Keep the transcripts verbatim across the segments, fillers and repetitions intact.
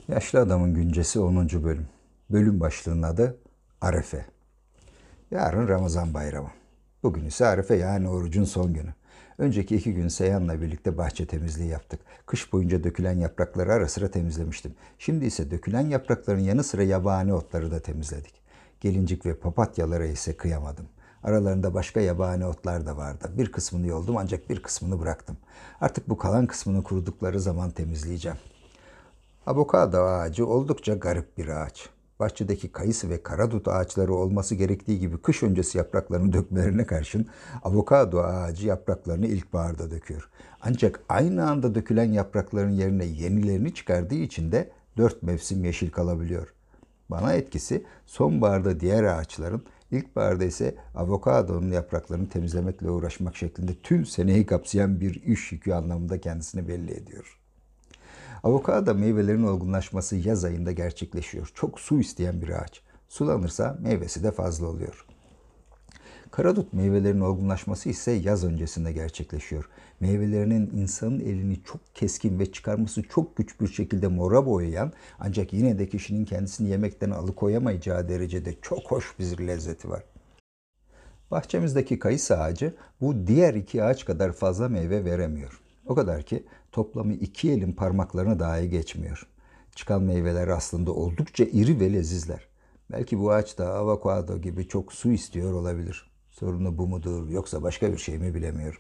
Yaşlı Adamın Güncesi onuncu bölüm. Bölüm başlığının adı Arefe. Yarın Ramazan bayramı. Bugün ise Arefe, yani orucun son günü. Önceki iki gün Seyhan'la birlikte bahçe temizliği yaptık. Kış boyunca dökülen yaprakları ara sıra temizlemiştim. Şimdi ise dökülen yaprakların yanı sıra yabani otları da temizledik. Gelincik ve papatyalara ise kıyamadım. Aralarında başka yabani otlar da vardı. Bir kısmını yoldum, ancak bir kısmını bıraktım. Artık bu kalan kısmını kurudukları zaman temizleyeceğim. Avokado ağacı oldukça garip bir ağaç. Bahçedeki kayısı ve karadut ağaçları olması gerektiği gibi kış öncesi yapraklarını dökmelerine karşın avokado ağacı yapraklarını ilkbaharda döküyor. Ancak aynı anda dökülen yaprakların yerine yenilerini çıkardığı için de dört mevsim yeşil kalabiliyor. Bana etkisi sonbaharda diğer ağaçların, ilkbaharda ise avokadonun yapraklarını temizlemekle uğraşmak şeklinde tüm seneyi kapsayan bir iş yükü anlamında kendisini belli ediyor. Avokado meyvelerin olgunlaşması yaz ayında gerçekleşiyor. Çok su isteyen bir ağaç. Sulanırsa meyvesi de fazla oluyor. Karadut meyvelerin olgunlaşması ise yaz öncesinde gerçekleşiyor. Meyvelerinin insanın elini çok keskin ve çıkarması çok güç bir şekilde mora boyayan, ancak yine de kişinin kendisini yemekten alıkoyamayacağı derecede çok hoş bir lezzeti var. Bahçemizdeki kayısı ağacı bu diğer iki ağaç kadar fazla meyve veremiyor. O kadar ki toplamı iki elin parmaklarını dahi geçmiyor. Çıkan meyveler aslında oldukça iri ve lezizler. Belki bu ağaç da avokado gibi çok su istiyor olabilir. Sorunu bu mudur yoksa başka bir şey mi bilemiyorum.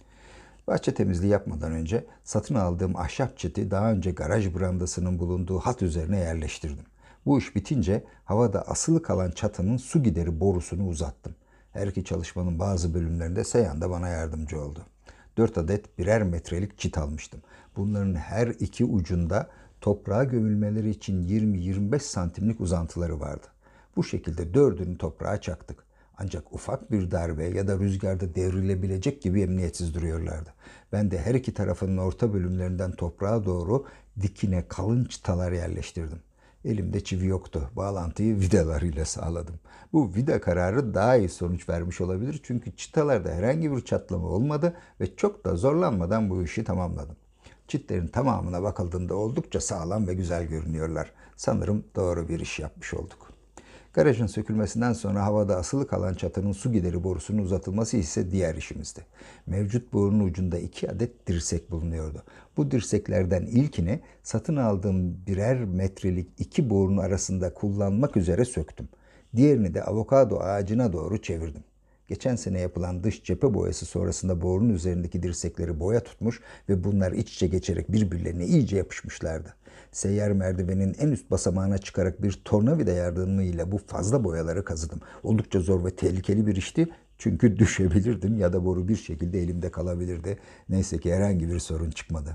Bahçe temizliği yapmadan önce satın aldığım ahşap çiti daha önce garaj brandasının bulunduğu hat üzerine yerleştirdim. Bu iş bitince havada asılı kalan çatının su gideri borusunu uzattım. Her iki çalışmanın bazı bölümlerinde Seyhan da bana yardımcı oldu. Dört adet birer metrelik çit almıştım. Bunların her iki ucunda toprağa gömülmeleri için yirmi yirmi beş santimlik uzantıları vardı. Bu şekilde dördünü toprağa çaktık. Ancak ufak bir darbe ya da rüzgarda devrilebilecek gibi emniyetsiz duruyorlardı. Ben de her iki tarafının orta bölümlerinden toprağa doğru dikine kalın çıtalar yerleştirdim. Elimde çivi yoktu. Bağlantıyı vidalarıyla sağladım. Bu vida kararı daha iyi sonuç vermiş olabilir. Çünkü çıtalarda herhangi bir çatlama olmadı ve çok da zorlanmadan bu işi tamamladım. Çitlerin tamamına bakıldığında oldukça sağlam ve güzel görünüyorlar. Sanırım doğru bir iş yapmış olduk. Garajın sökülmesinden sonra havada asılı kalan çatının su gideri borusunun uzatılması ise diğer işimizdi. Mevcut borunun ucunda iki adet dirsek bulunuyordu. Bu dirseklerden ilkini satın aldığım birer metrelik iki borunun arasında kullanmak üzere söktüm. Diğerini de avokado ağacına doğru çevirdim. Geçen sene yapılan dış cephe boyası sonrasında borunun üzerindeki dirsekleri boya tutmuş ve bunlar iç içe geçerek birbirlerine iyice yapışmışlardı. Seyyar merdivenin en üst basamağına çıkarak bir tornavida yardımıyla bu fazla boyaları kazıdım. Oldukça zor ve tehlikeli bir işti. Çünkü düşebilirdim ya da boru bir şekilde elimde kalabilirdi. Neyse ki herhangi bir sorun çıkmadı.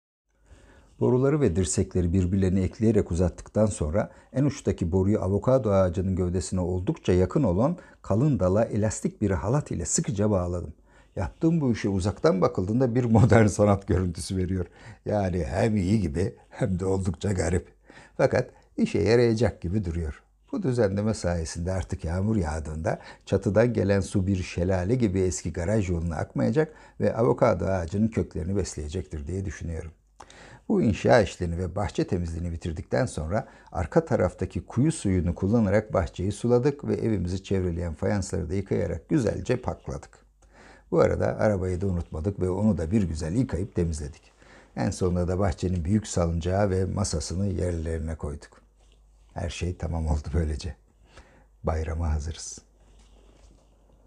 Boruları ve dirsekleri birbirlerine ekleyerek uzattıktan sonra en uçtaki boruyu avokado ağacının gövdesine oldukça yakın olan kalın dala elastik bir halat ile sıkıca bağladım. Yaptığım bu işe uzaktan bakıldığında bir modern sanat görüntüsü veriyor. Yani hem iyi gibi hem de oldukça garip. Fakat işe yarayacak gibi duruyor. Bu düzenleme sayesinde artık yağmur yağdığında çatıdan gelen su bir şelale gibi eski garaj yoluna akmayacak ve avokado ağacının köklerini besleyecektir diye düşünüyorum. Bu inşa işlerini ve bahçe temizliğini bitirdikten sonra arka taraftaki kuyu suyunu kullanarak bahçeyi suladık ve evimizi çevreleyen fayansları da yıkayarak güzelce pakladık. Bu arada arabayı da unutmadık ve onu da bir güzel yıkayıp temizledik. En sonunda da bahçenin büyük salıncağı ve masasını yerlerine koyduk. Her şey tamam oldu böylece. Bayrama hazırız.